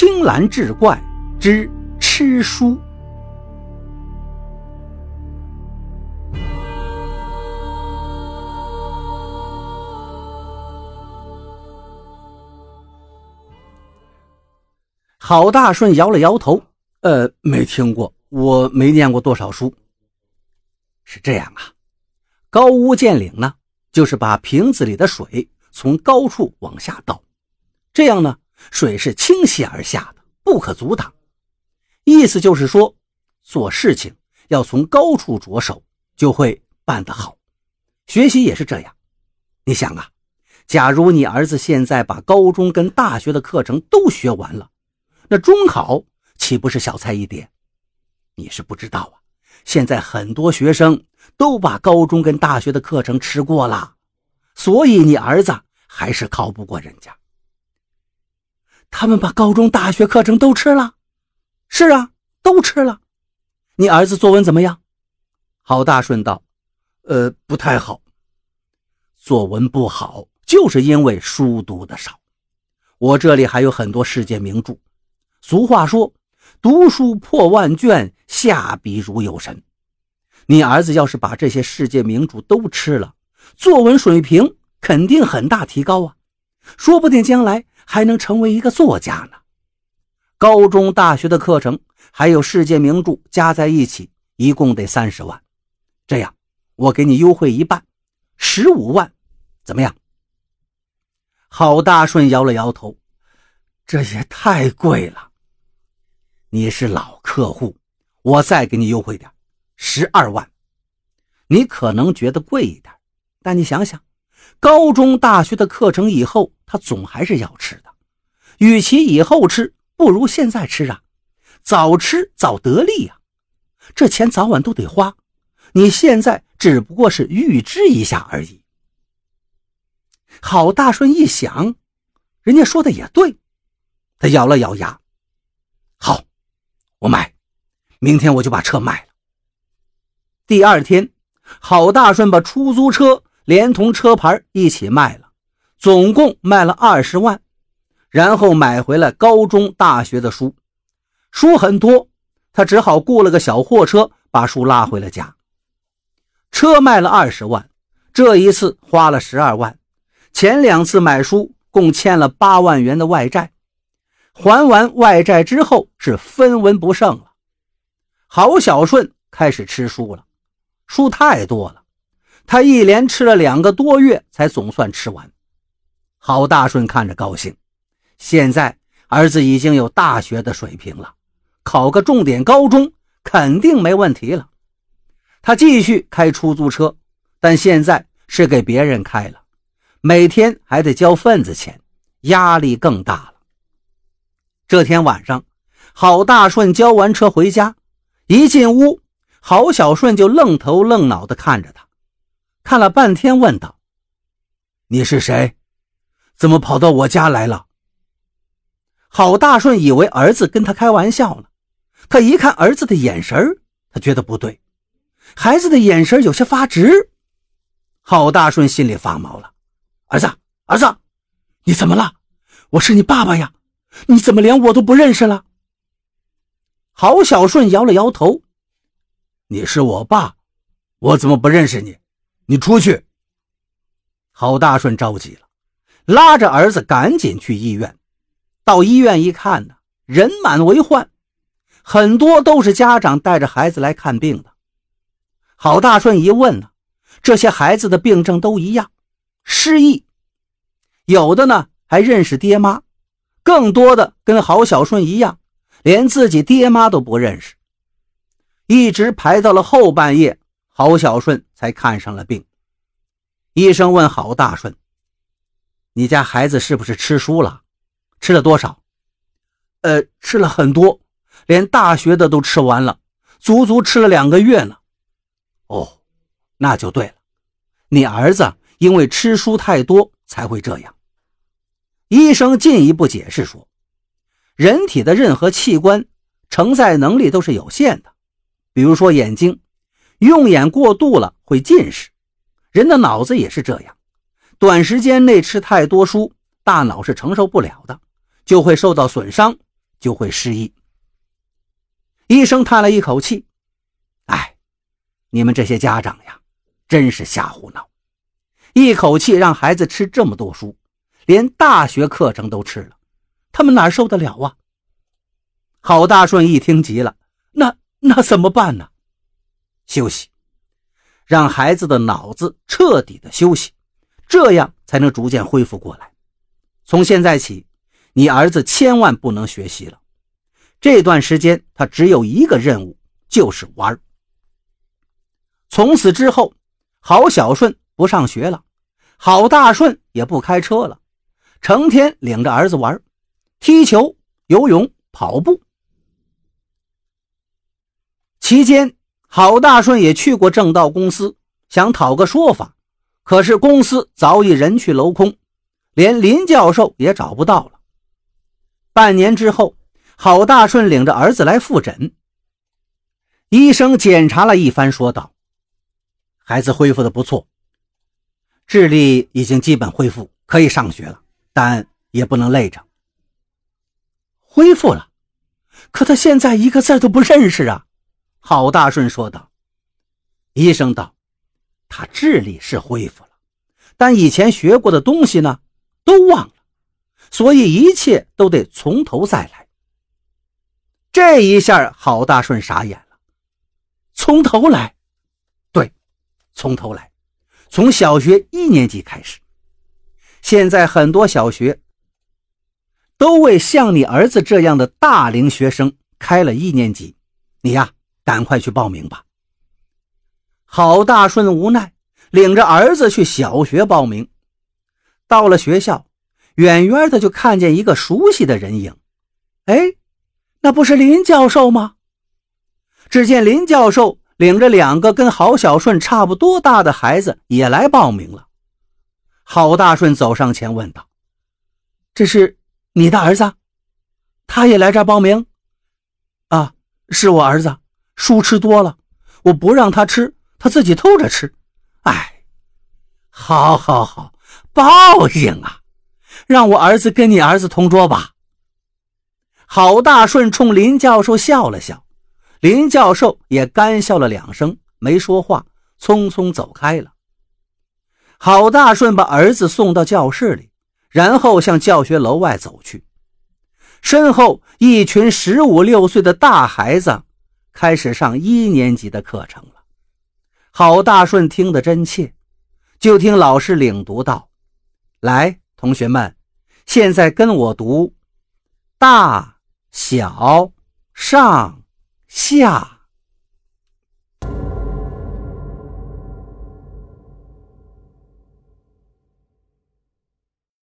青蓝志怪之吃书。郝大顺摇了摇头，没听过，我没念过多少书。是这样啊，高屋建瓴呢，就是把瓶子里的水从高处往下倒，这样呢，水是倾泻而下的，不可阻挡。意思就是说，做事情要从高处着手，就会办得好。学习也是这样。你想啊，假如你儿子现在把高中跟大学的课程都学完了，那中考岂不是小菜一碟？你是不知道啊，现在很多学生都把高中跟大学的课程吃过了，所以你儿子还是考不过人家。他们把高中大学课程都吃了？是啊，都吃了。你儿子作文怎么样？郝大顺道，不太好。作文不好，就是因为书读得少。我这里还有很多世界名著。俗话说，读书破万卷，下笔如有神。你儿子要是把这些世界名著都吃了，作文水平肯定很大提高啊，说不定将来还能成为一个作家呢。高中大学的课程还有世界名著加在一起，一共得30万。这样我给你优惠一半，15万，怎么样？郝大顺摇了摇头，这也太贵了。你是老客户，我再给你优惠点，12万。你可能觉得贵一点，但你想想，高中大学的课程以后他总还是要吃的，与其以后吃，不如现在吃啊，早吃早得利啊，这钱早晚都得花，你现在只不过是预支一下而已。郝大顺一想，人家说的也对，他咬了咬牙，好，我买，明天我就把车卖了。第二天，郝大顺把出租车连同车牌一起卖了，总共卖了20万，然后买回了高中大学的书。书很多，他只好雇了个小货车把书拉回了家。车卖了20万，这一次花了12万，前2次买书共欠了8万元的外债，还完外债之后是分文不剩了。郝小顺开始吃书了，书太多了，他一连吃了2个多月才总算吃完。郝大顺看着高兴，现在儿子已经有大学的水平了，考个重点高中肯定没问题了。他继续开出租车，但现在是给别人开了，每天还得交份子钱，压力更大了。这天晚上，郝大顺交完车回家，一进屋，郝小顺就愣头愣脑地看着他，看了半天问道，你是谁？怎么跑到我家来了？郝大顺以为儿子跟他开玩笑呢，他一看儿子的眼神，他觉得不对，孩子的眼神有些发直。郝大顺心里发毛了，儿子，你怎么了？我是你爸爸呀，你怎么连我都不认识了？郝小顺摇了摇头，你是我爸，我怎么不认识你？你出去。郝大顺着急了，拉着儿子赶紧去医院。到医院一看呢，人满为患，很多都是家长带着孩子来看病的。郝大顺一问呢，这些孩子的病症都一样，失忆。有的呢还认识爹妈，更多的跟郝小顺一样，连自己爹妈都不认识。一直排到了后半夜，郝小顺才看上了病。医生问郝大顺，你家孩子是不是吃书了？吃了多少？吃了很多，连大学的都吃完了，足足吃了2个月呢。哦，那就对了，你儿子因为吃书太多才会这样。医生进一步解释说，人体的任何器官承载能力都是有限的，比如说眼睛，用眼过度了会近视，人的脑子也是这样，短时间内吃太多书，大脑是承受不了的，就会受到损伤， 就会失忆。医生叹了一口气，哎，你们这些家长呀，真是瞎胡闹，一口气让孩子吃这么多书，连大学课程都吃了，他们哪受得了啊？郝大顺一听急了，那怎么办呢？休息，让孩子的脑子彻底的休息，这样才能逐渐恢复过来。从现在起，你儿子千万不能学习了，这段时间他只有一个任务，就是玩。从此之后，郝小顺不上学了，郝大顺也不开车了，成天领着儿子玩，踢球、游泳、跑步。期间，郝大顺也去过正道公司，想讨个说法，可是公司早已人去楼空，连林教授也找不到了。半年之后，郝大顺领着儿子来复诊，医生检查了一番，说道：孩子恢复的不错，智力已经基本恢复，可以上学了，但也不能累着。恢复了？可他现在一个字都不认识啊！郝大顺说道。医生道：他智力是恢复了，但以前学过的东西呢，都忘了，所以一切都得从头再来。这一下郝大顺傻眼了。从头来？对，从头来，从小学1年级开始。现在很多小学都为像你儿子这样的大龄学生开了1年级，你呀，赶快去报名吧。郝大顺无奈，领着儿子去小学报名。到了学校，远远的就看见一个熟悉的人影。哎，那不是林教授吗？只见林教授领着2个跟郝小顺差不多大的孩子也来报名了。郝大顺走上前问道：这是你的儿子？他也来这儿报名？啊，是我儿子，书吃多了，我不让他吃，他自己偷着吃。哎，好，报应啊，让我儿子跟你儿子同桌吧。郝大顺冲林教授笑了笑，林教授也干笑了2声，没说话，匆匆走开了。郝大顺把儿子送到教室里，然后向教学楼外走去。身后一群15、16岁的大孩子开始上1年级的课程了。郝大顺听得真切，就听老师领读道：来，同学们，现在跟我读大、小、上、下。